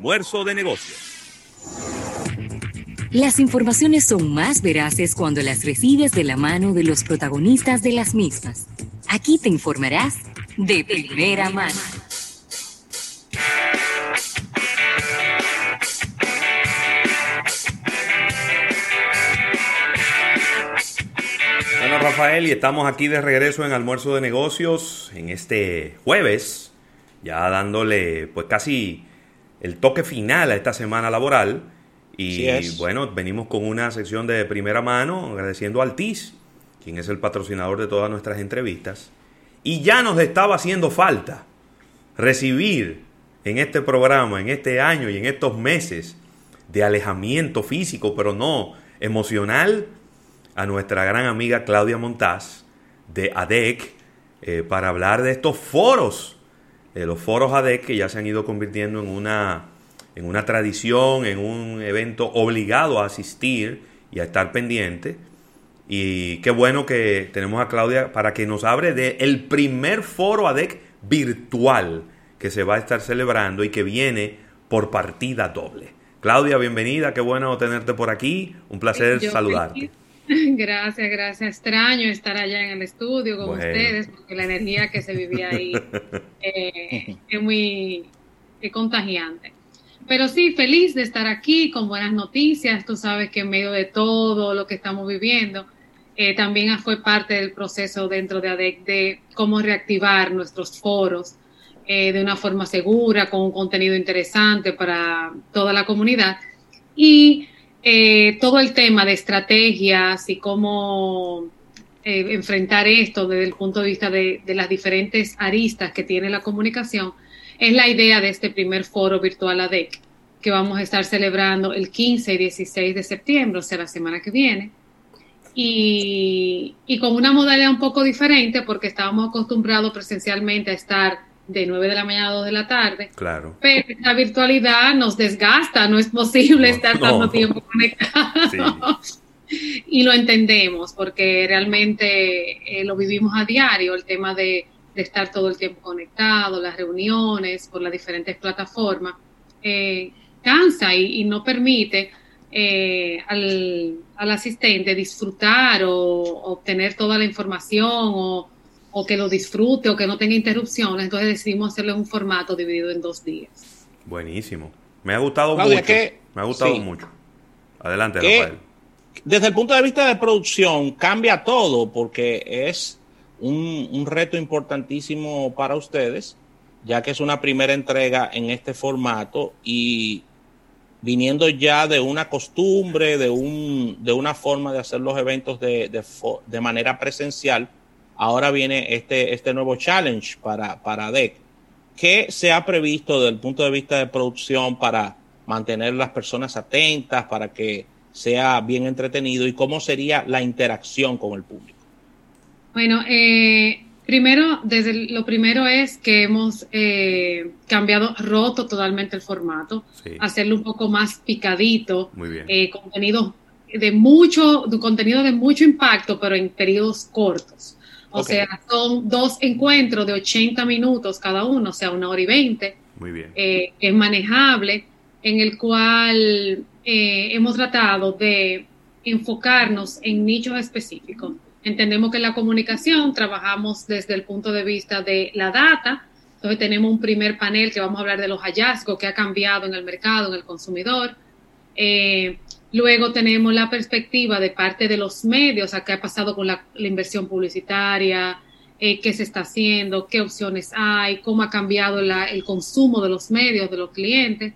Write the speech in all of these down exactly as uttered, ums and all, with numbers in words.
Almuerzo de Negocios. Las informaciones son más veraces cuando las recibes de la mano de los protagonistas de las mismas. Aquí te informarás de primera mano. Bueno, Rafael, y estamos aquí de regreso en Almuerzo de Negocios en este jueves, ya dándole pues casi el toque final a esta semana laboral. Y bueno, venimos con una sección de primera mano, agradeciendo a Altis, quien es el patrocinador de todas nuestras entrevistas. Y ya nos estaba haciendo falta recibir en este programa, en este año y en estos meses de alejamiento físico, pero no emocional, a nuestra gran amiga Claudia Montaz de A D E C eh, para hablar de estos foros, eh, los foros A D E C que ya se han ido convirtiendo en una, en una tradición, en un evento obligado a asistir y a estar pendiente. Y qué bueno que tenemos a Claudia para que nos hable del primer foro A D E C virtual que se va a estar celebrando y que viene por partida doble. Claudia, bienvenida, qué bueno tenerte por aquí, un placer Yo saludarte. Feliz. Gracias, gracias. Extraño estar allá en el estudio con bueno. ustedes, porque la energía que se vivía ahí eh, es muy es contagiante. Pero sí, feliz de estar aquí con buenas noticias. Tú sabes que en medio de todo lo que estamos viviendo, eh, también fue parte del proceso dentro de A D E C de cómo reactivar nuestros foros eh, de una forma segura, con un contenido interesante para toda la comunidad. Y Eh, todo el tema de estrategias y cómo eh, enfrentar esto desde el punto de vista de, de las diferentes aristas que tiene la comunicación es la idea de este primer foro virtual A D E C que vamos a estar celebrando el quince y dieciséis de septiembre, o sea, la semana que viene, y, y con una modalidad un poco diferente porque estábamos acostumbrados presencialmente a estar de nueve de la mañana a dos de la tarde. Claro. Pero la virtualidad nos desgasta, no es posible no, estar tanto no. tiempo conectados. Sí. Y lo entendemos porque realmente eh, lo vivimos a diario, el tema de, de estar todo el tiempo conectado, las reuniones por las diferentes plataformas, eh, cansa y, y no permite eh, al, al asistente disfrutar o obtener toda la información o o que lo disfrute o que no tenga interrupciones. Entonces decidimos hacerlo en un formato dividido en dos días. Buenísimo. Me ha gustado Claudia, mucho. Que, me ha gustado sí. mucho. Adelante, que, Rafael. Desde el punto de vista de producción, cambia todo porque es un, un reto importantísimo para ustedes, ya que es una primera entrega en este formato y viniendo ya de una costumbre, de, un, de una forma de hacer los eventos de, de, de manera presencial. Ahora viene este, este nuevo challenge para, para A D E C. ¿Qué se ha previsto desde el punto de vista de producción para mantener las personas atentas, para que sea bien entretenido? ¿Y cómo sería la interacción con el público? Bueno, eh, primero, desde el, lo primero es que hemos eh, cambiado, roto totalmente el formato, sí. hacerlo un poco más picadito, Muy bien. Eh, contenido de mucho, de contenido de mucho impacto, pero en periodos cortos. O okay. sea, son dos encuentros de ochenta minutos cada uno, o sea, una hora y veinte. Muy bien. Eh, es manejable, en el cual eh, hemos tratado de enfocarnos en nichos específicos. Entendemos que en la comunicación trabajamos desde el punto de vista de la data. Entonces tenemos un primer panel que vamos a hablar de los hallazgos que ha cambiado en el mercado, en el consumidor. Eh, Luego tenemos la perspectiva de parte de los medios, a qué ha pasado con la, la inversión publicitaria, eh, qué se está haciendo, qué opciones hay, cómo ha cambiado la, el consumo de los medios, de los clientes.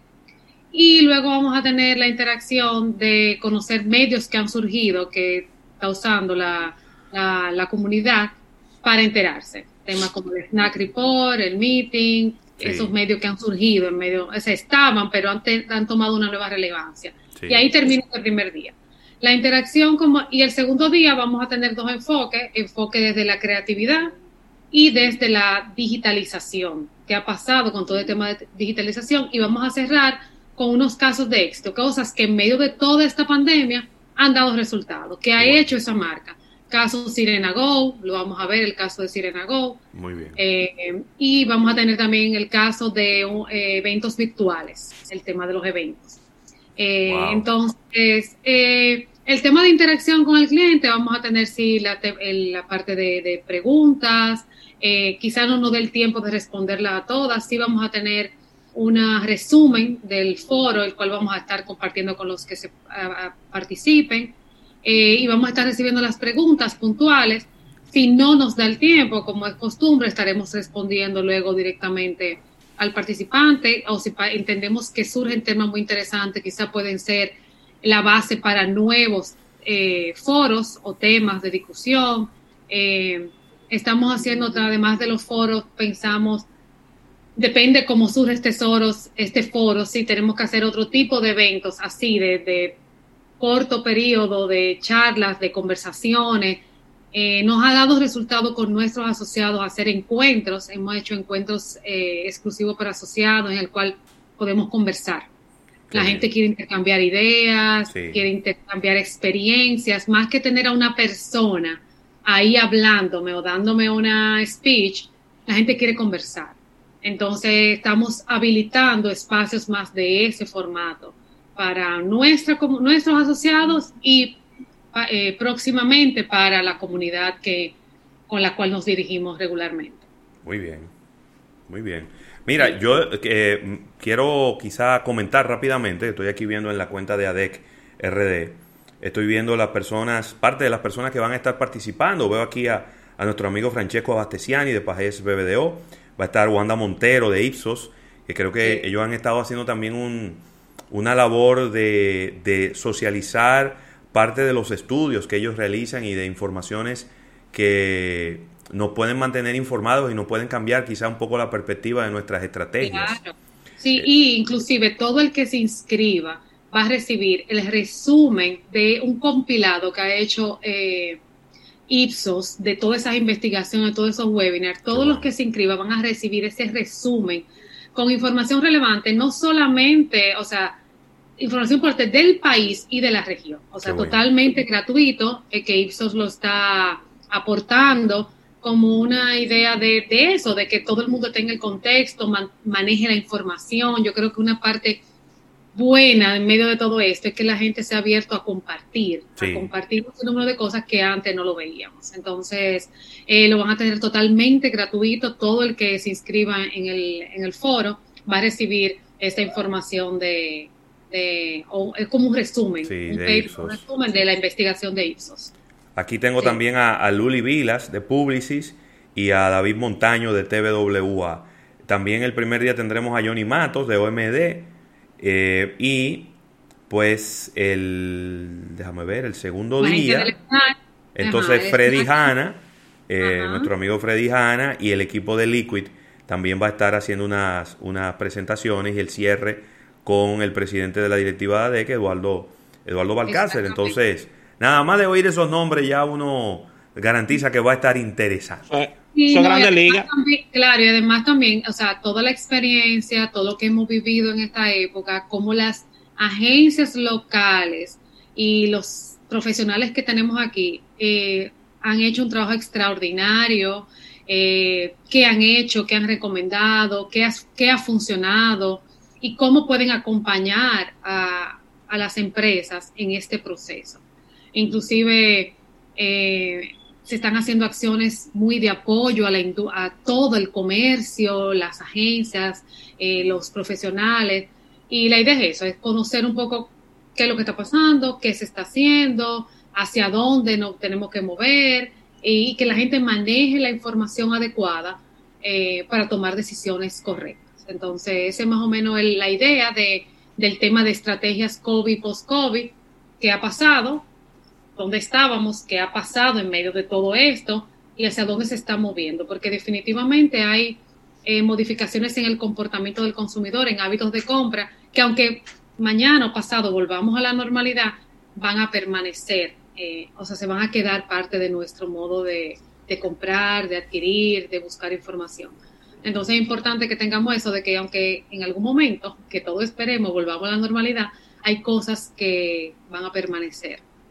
Y luego vamos a tener la interacción de conocer medios que han surgido, que está usando la, la, la comunidad para enterarse. Temas como el Snack Report, el Meeting, sí. esos medios que han surgido, en medio, o sea, estaban, pero han, te, han tomado una nueva relevancia. Sí. Y ahí termina el primer día. La interacción como y el segundo día vamos a tener dos enfoques, enfoque desde la creatividad y desde la digitalización, que ha pasado con todo el tema de digitalización, y vamos a cerrar con unos casos de éxito, cosas que en medio de toda esta pandemia han dado resultados, que ha bueno. hecho esa marca. caso Sirena Go, lo vamos a ver, el caso de Sirena Go. Muy bien. Eh, y vamos a tener también el caso de eh, eventos virtuales, el tema de los eventos. Eh, wow. Entonces, eh, el tema de interacción con el cliente, vamos a tener sí la, la parte de, de preguntas, eh, quizá no nos dé el tiempo de responderlas a todas, sí vamos a tener un resumen del foro, el cual vamos a estar compartiendo con los que se a, a participen, eh, y vamos a estar recibiendo las preguntas puntuales. Si no nos da el tiempo, como es costumbre, estaremos respondiendo luego directamente al participante, o si pa- entendemos que surgen temas muy interesantes, quizá pueden ser la base para nuevos eh, foros o temas de discusión. Eh, estamos haciendo, además de los foros, pensamos, depende cómo surge este foro, este foro, sí, tenemos que hacer otro tipo de eventos, así, de, de corto periodo, de charlas, de conversaciones. Eh, nos ha dado resultado con nuestros asociados hacer encuentros, hemos hecho encuentros eh, exclusivos para asociados en el cual podemos conversar. La sí. gente quiere intercambiar ideas, sí. quiere intercambiar experiencias, más que tener a una persona ahí hablándome o dándome una speech, la gente quiere conversar. Entonces estamos habilitando espacios más de ese formato para nuestra, nuestros asociados y eh, próximamente para la comunidad que, con la cual nos dirigimos regularmente. Muy bien, muy bien. Mira, yo eh, quiero quizá comentar rápidamente, estoy aquí viendo en la cuenta de A D E C R D, estoy viendo las personas, parte de las personas que van a estar participando. Veo aquí a, a nuestro amigo Francesco Abastesiani de Pagés B B D O, va a estar Wanda Montero de Ipsos, que creo que sí. ellos han estado haciendo también un, una labor de, de socializar parte de los estudios que ellos realizan y de informaciones que nos pueden mantener informados y nos pueden cambiar quizá un poco la perspectiva de nuestras estrategias. Claro. Sí, eh, y inclusive todo el que se inscriba va a recibir el resumen de un compilado que ha hecho eh, Ipsos de todas esas investigaciones, de todos esos webinars. Todos bueno. los que se inscriban van a recibir ese resumen con información relevante, no solamente, o sea, información importante del país y de la región. O sea, bueno. totalmente gratuito, eh, que Ipsos lo está aportando como una idea de, de eso, de que todo el mundo tenga el contexto, man, maneje la información. Yo creo que una parte buena en medio de todo esto es que la gente se ha abierto a compartir, sí. a compartir un número de cosas que antes no lo veíamos. Entonces, eh, lo van a tener totalmente gratuito. Todo el que se inscriba en el, en el foro va a recibir esta información de, de o es como un resumen, sí, un, de paper, un resumen de la investigación de Ipsos. Aquí tengo sí. también a, a Luli Vilas de Publicis y a David Montaño de T V W A. También el primer día tendremos a Johnny Matos de O M D. Eh, y pues el déjame ver el segundo día entonces Ajá, Freddy Hanna eh, nuestro amigo Freddy Hanna y el equipo de Liquid también va a estar haciendo unas, unas presentaciones y el cierre con el presidente de la directiva de A D E C, Eduardo, Eduardo Balcácer. Entonces nada más de oír esos nombres ya uno garantiza que va a estar interesante. Sí, no, grande liga. También, claro, y además también, o sea, toda la experiencia, todo lo que hemos vivido en esta época, como las agencias locales y los profesionales que tenemos aquí eh, han hecho un trabajo extraordinario, eh, qué han hecho, qué han recomendado, qué ha, qué ha funcionado y cómo pueden acompañar a, a las empresas en este proceso. Inclusive, eh, se están haciendo acciones muy de apoyo a, la a todo el comercio, las agencias, eh, los profesionales. Y la idea es eso, es conocer un poco qué es lo que está pasando, qué se está haciendo, hacia dónde nos tenemos que mover y que la gente maneje la información adecuada eh, para tomar decisiones correctas. Entonces, esa es más o menos el, la idea de, del tema de estrategias COVID, post-COVID, qué ha pasado, dónde estábamos, qué ha pasado en medio de todo esto y hacia dónde se está moviendo, porque definitivamente hay eh, modificaciones en el comportamiento del consumidor, en hábitos de compra, que aunque mañana o pasado volvamos a la normalidad, van a permanecer, eh, o sea, se van a quedar parte de nuestro modo de, de comprar, de adquirir, de buscar información. Entonces es importante que tengamos eso de que aunque en algún momento, que todos esperemos, volvamos a la normalidad, hay cosas que van a permanecer.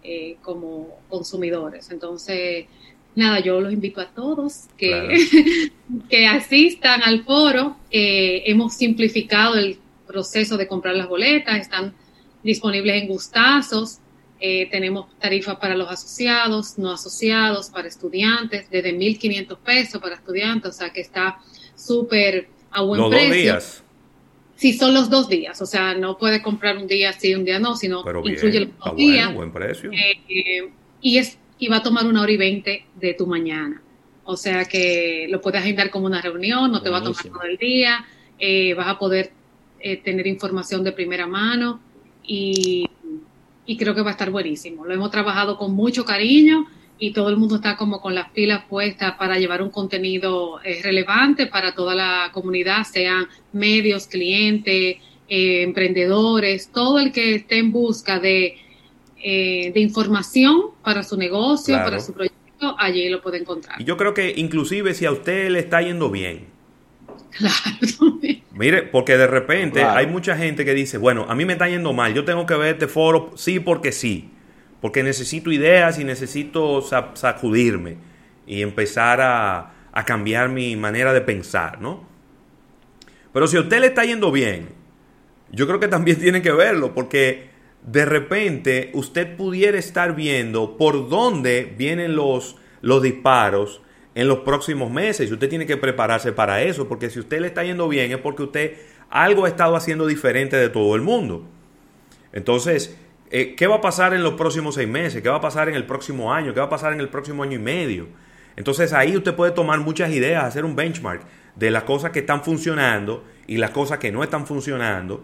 eh, como consumidores. Entonces, nada, yo los invito a todos que, claro. que asistan al foro. Eh, hemos simplificado el proceso de comprar las boletas, están disponibles en Gustazos. Eh, tenemos tarifas para los asociados, no asociados, para estudiantes, desde mil quinientos pesos para estudiantes, o sea que está súper a buen los precio. Dos días. Sí, son los dos días, o sea, no puede comprar un día sí, un día no, sino Pero bien, incluye los dos bueno, días. Buen precio. Eh, eh, y, es, y va a tomar una hora y veinte de tu mañana, o sea que lo puedes agendar como una reunión, no te Buenísimo. Va a tomar todo el día, eh, vas a poder eh, tener información de primera mano y, y creo que va a estar buenísimo. Lo hemos trabajado con mucho cariño y todo el mundo está como con las pilas puestas para llevar un contenido eh, relevante para toda la comunidad, sean medios, clientes, eh, emprendedores, todo el que esté en busca de, eh, de información para su negocio, claro. para su proyecto, allí lo puede encontrar. Y yo creo que inclusive si a usted le está yendo bien, claro. Mire, porque de repente claro. hay mucha gente que dice, bueno, a mí me está yendo mal, yo tengo que ver este foro sí porque sí. Porque necesito ideas y necesito sacudirme y empezar a, a cambiar mi manera de pensar, ¿no? Pero si a usted le está yendo bien, yo creo que también tiene que verlo, porque de repente usted pudiera estar viendo por dónde vienen los, los disparos en los próximos meses. Y usted tiene que prepararse para eso, porque si a usted le está yendo bien es porque usted algo ha estado haciendo diferente de todo el mundo. Entonces, Eh, ¿qué va a pasar en los próximos seis meses? ¿Qué va a pasar en el próximo año? ¿Qué va a pasar en el próximo año y medio? Entonces ahí usted puede tomar muchas ideas, hacer un benchmark de las cosas que están funcionando y las cosas que no están funcionando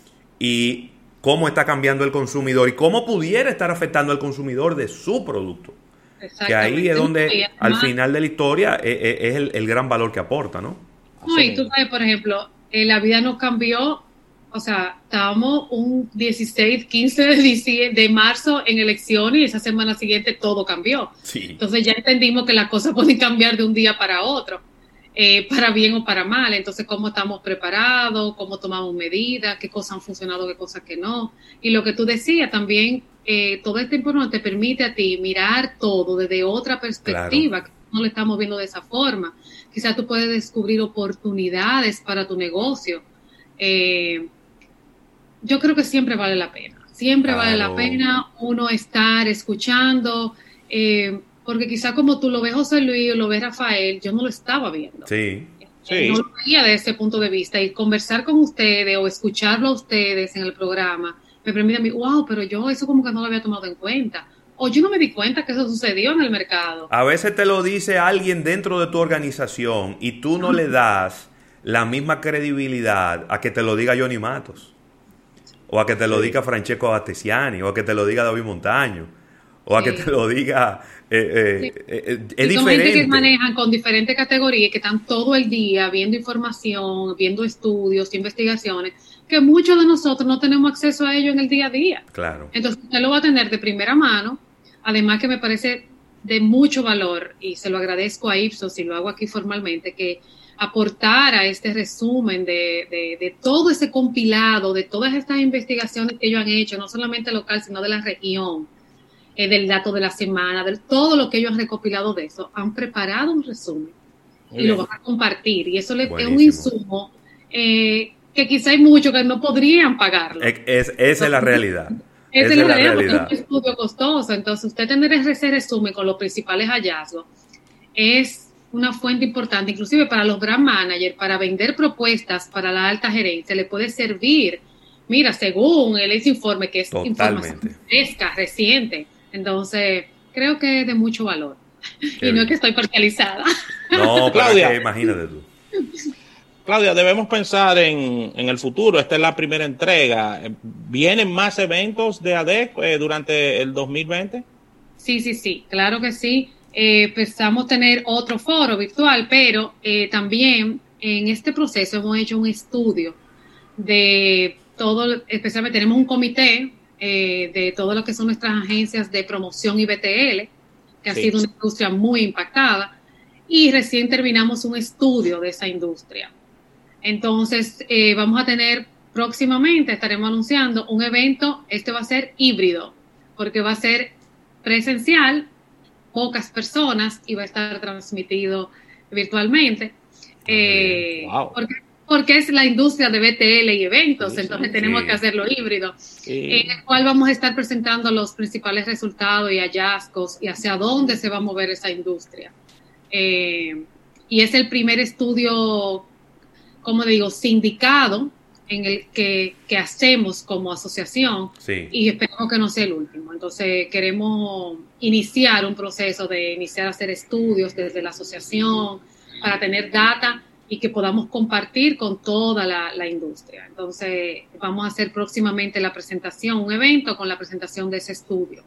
y cómo está cambiando el consumidor y cómo pudiera estar afectando al consumidor de su producto. Que ahí es donde al final de la historia es, es el, el gran valor que aporta, ¿no? No, y tú sabes, por ejemplo, eh, la vida nos cambió. O sea, estábamos un dieciséis, quince de, diciembre, de marzo en elecciones y esa semana siguiente todo cambió. Sí. Entonces ya entendimos que las cosas pueden cambiar de un día para otro, eh, para bien o para mal. Entonces, cómo estamos preparados, cómo tomamos medidas, qué cosas han funcionado, qué cosas que no. Y lo que tú decías también, eh, todo este informe te permite a ti mirar todo desde otra perspectiva, claro. que no lo estamos viendo de esa forma. Quizás tú puedes descubrir oportunidades para tu negocio. Eh, Yo creo que siempre vale la pena, siempre claro. vale la pena uno estar escuchando, eh, porque quizá como tú lo ves José Luis o lo ves Rafael, yo no lo estaba viendo. Sí, sí. No lo veía de ese punto de vista y conversar con ustedes o escucharlo a ustedes en el programa me permite a mí, wow, pero yo eso como que no lo había tomado en cuenta. O yo no me di cuenta que eso sucedió en el mercado. A veces te lo dice alguien dentro de tu organización y tú no ah. le das la misma credibilidad a que te lo diga Johnny Matos. O a que te lo diga Francesco Abastesiani, o a que te lo diga David Montaño, o a sí. que te lo diga... Eh, eh, sí. eh, es y son diferente. Gente que manejan con diferentes categorías, que están todo el día viendo información, viendo estudios, investigaciones, que muchos de nosotros no tenemos acceso a ello en el día a día. Claro. Entonces usted lo va a tener de primera mano, además que me parece de mucho valor, y se lo agradezco a Ipsos, y lo hago aquí formalmente, que aportar a este resumen de, de, de todo ese compilado, de todas estas investigaciones que ellos han hecho, no solamente local, sino de la región, eh, del dato de la semana, de todo lo que ellos han recopilado de eso, han preparado un resumen Muy y bien. Lo van a compartir. Y eso le, es un insumo eh, que quizá hay muchos que no podrían pagarlo. Es, es, esa es la realidad. Esa es la realidad, porque es un estudio costoso. Entonces, usted tener ese resumen con los principales hallazgos es una fuente importante, inclusive para los brand managers, para vender propuestas para la alta gerencia, le puede servir, mira, según el ese informe, que es Totalmente. Información fresca, reciente. Entonces, creo que es de mucho valor. Qué y bien. No es que estoy parcializada. No, Claudia, imagínate tú. Claudia, debemos pensar en, en el futuro. Esta es la primera entrega. ¿Vienen más eventos de A D E C eh, durante el dos mil veinte? Sí, sí, sí, claro que sí. Eh, pensamos tener otro foro virtual, pero eh, también en este proceso hemos hecho un estudio de todo, especialmente tenemos un comité eh, de todo lo que son nuestras agencias de promoción y B T L, que sí. ha sido una industria muy impactada, y recién terminamos un estudio de esa industria. Entonces, eh, vamos a tener próximamente, estaremos anunciando un evento, este va a ser híbrido, porque va a ser presencial, pocas personas, y va a estar transmitido virtualmente. Eh, wow. porque, porque es la industria de B T L y eventos, sí, entonces sí, tenemos sí. que hacerlo híbrido, sí. en el cual vamos a estar presentando los principales resultados y hallazgos y hacia dónde se va a mover esa industria. Eh, y es el primer estudio, como digo, sindicado en el que, que hacemos como asociación, sí. y esperamos que no sea el último. Entonces queremos iniciar un proceso de iniciar a hacer estudios desde la asociación para tener data y que podamos compartir con toda la, la industria. Entonces vamos a hacer próximamente la presentación, un evento con la presentación de ese estudio.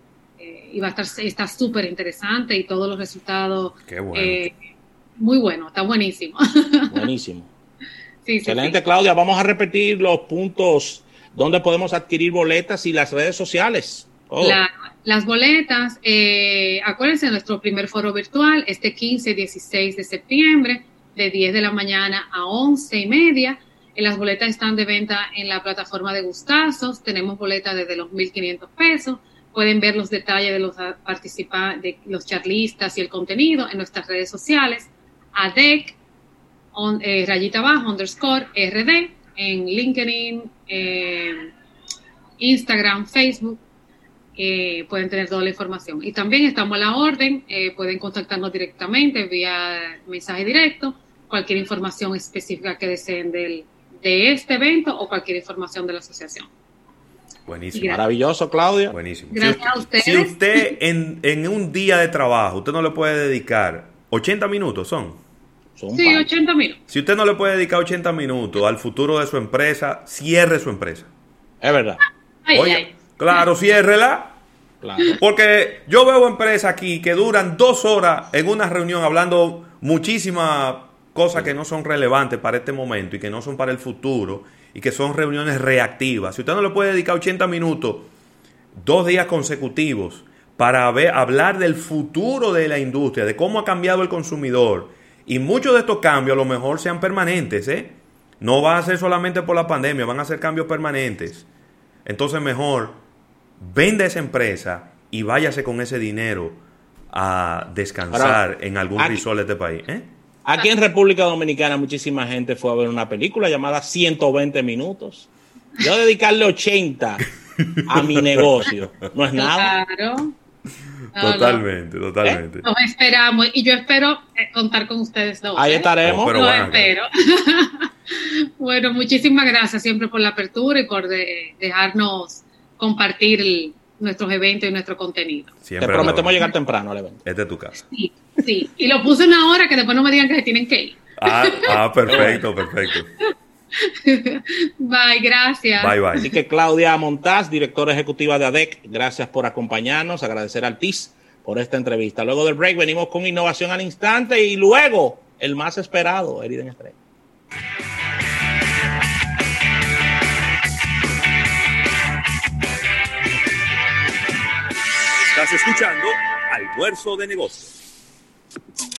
Eh, y va a estar está súper interesante y todos los resultados. Qué bueno. Eh, muy bueno, está buenísimo. Buenísimo. Sí, excelente, sí, sí. Claudia. Vamos a repetir los puntos donde podemos adquirir boletas y las redes sociales. Oh. La, las boletas, eh, acuérdense de nuestro primer foro virtual, este quince y dieciséis de septiembre, de diez de la mañana a once y media. Eh, las boletas están de venta en la plataforma de Gustazos. Tenemos boletas desde los mil quinientos pesos. Pueden ver los detalles de los participantes, de los charlistas y el contenido en nuestras redes sociales. A D E C, on, eh, rayita abajo, underscore, R D, en LinkedIn, eh, Instagram, Facebook. Eh, pueden tener toda la información. Y también estamos a la orden, eh, pueden contactarnos directamente vía mensaje directo, cualquier información específica que deseen del, de este evento o cualquier información de la asociación. Buenísimo. Maravilloso, Claudia. Buenísimo. Gracias si usted, a ustedes. Si usted en, en un día de trabajo, usted no le puede dedicar ochenta minutos, ¿son? son sí, par. ochenta minutos. Si usted no le puede dedicar ochenta minutos al futuro de su empresa, cierre su empresa. Es verdad. Ay, Oye, ay. Claro, ciérrela. Claro. Porque yo veo empresas aquí que duran dos horas en una reunión hablando muchísimas cosas que no son relevantes para este momento y que no son para el futuro y que son reuniones reactivas. Si usted no le puede dedicar ochenta minutos, dos días consecutivos para ver, hablar del futuro de la industria, de cómo ha cambiado el consumidor, y muchos de estos cambios a lo mejor sean permanentes, ¿eh? No va a ser solamente por la pandemia, van a ser cambios permanentes. Entonces mejor venda esa empresa y váyase con ese dinero a descansar Ahora, en algún aquí, resort de este país. ¿eh? Aquí en República Dominicana muchísima gente fue a ver una película llamada ciento veinte minutos. Yo dedicarle ochenta a mi negocio no es nada. Claro. No, totalmente, no. totalmente. ¿Eh? Nos esperamos y yo espero contar con ustedes dos. Ahí estaremos. Oh, pero Lo bueno, espero. Bueno, muchísimas gracias siempre por la apertura y por de, dejarnos compartir el, nuestros eventos y nuestro contenido. Siempre Te prometemos llegar temprano al evento. Este es tu casa. Sí, sí. Y lo puse en una hora que después no me digan que se tienen que ir. Ah, ah perfecto, perfecto. Bye, gracias. Bye, bye. Así que Claudia Montaz, directora ejecutiva de A D E C, gracias por acompañarnos. Agradecer al T I S por esta entrevista. Luego del break venimos con innovación al instante y luego el más esperado, Herida en Estrella. Estás escuchando Almuerzo de Negocios.